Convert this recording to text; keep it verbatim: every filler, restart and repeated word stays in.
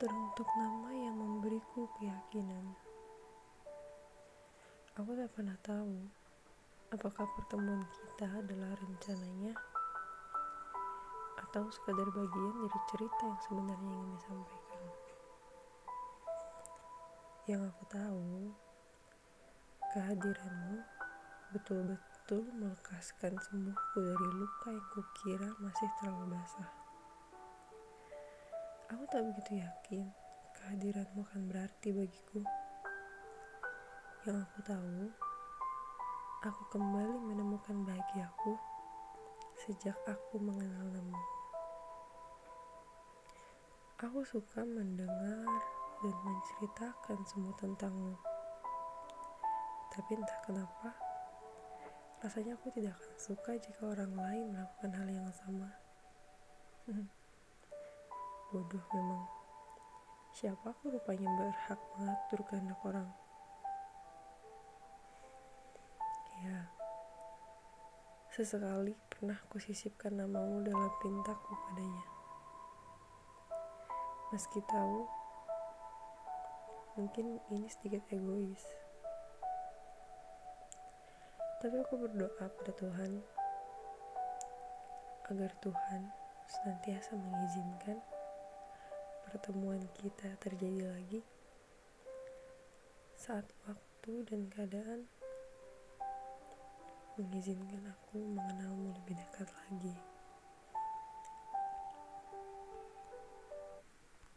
teruntuk nama yang memberiku keyakinan. Aku tak pernah tahu apakah pertemuan kita adalah rencananya atau sekadar bagian dari cerita yang sebenarnya ingin disampaikan. Yang aku tahu, kehadiranmu betul-betul melepaskan sembuhku dari luka yang kukira masih terlalu basah. Aku tak begitu yakin kehadiranmu akan berarti bagiku. Yang aku tahu, aku kembali menemukan bahagiaku sejak aku mengenal namamu. Aku suka mendengar dan menceritakan semua tentangmu. Tapi entah kenapa, rasanya aku tidak akan suka jika orang lain melakukan hal yang sama. Bodoh memang. Siapa aku rupanya berhak mengatur kehendak orang? Ya, sesekali pernah kusisipkan namamu dalam pintaku padanya. Meski tahu, mungkin ini sedikit egois. Tapi aku berdoa pada Tuhan, agar Tuhan senantiasa mengizinkan pertemuan kita terjadi lagi saat waktu dan keadaan mengizinkan aku mengenalmu lebih dekat lagi.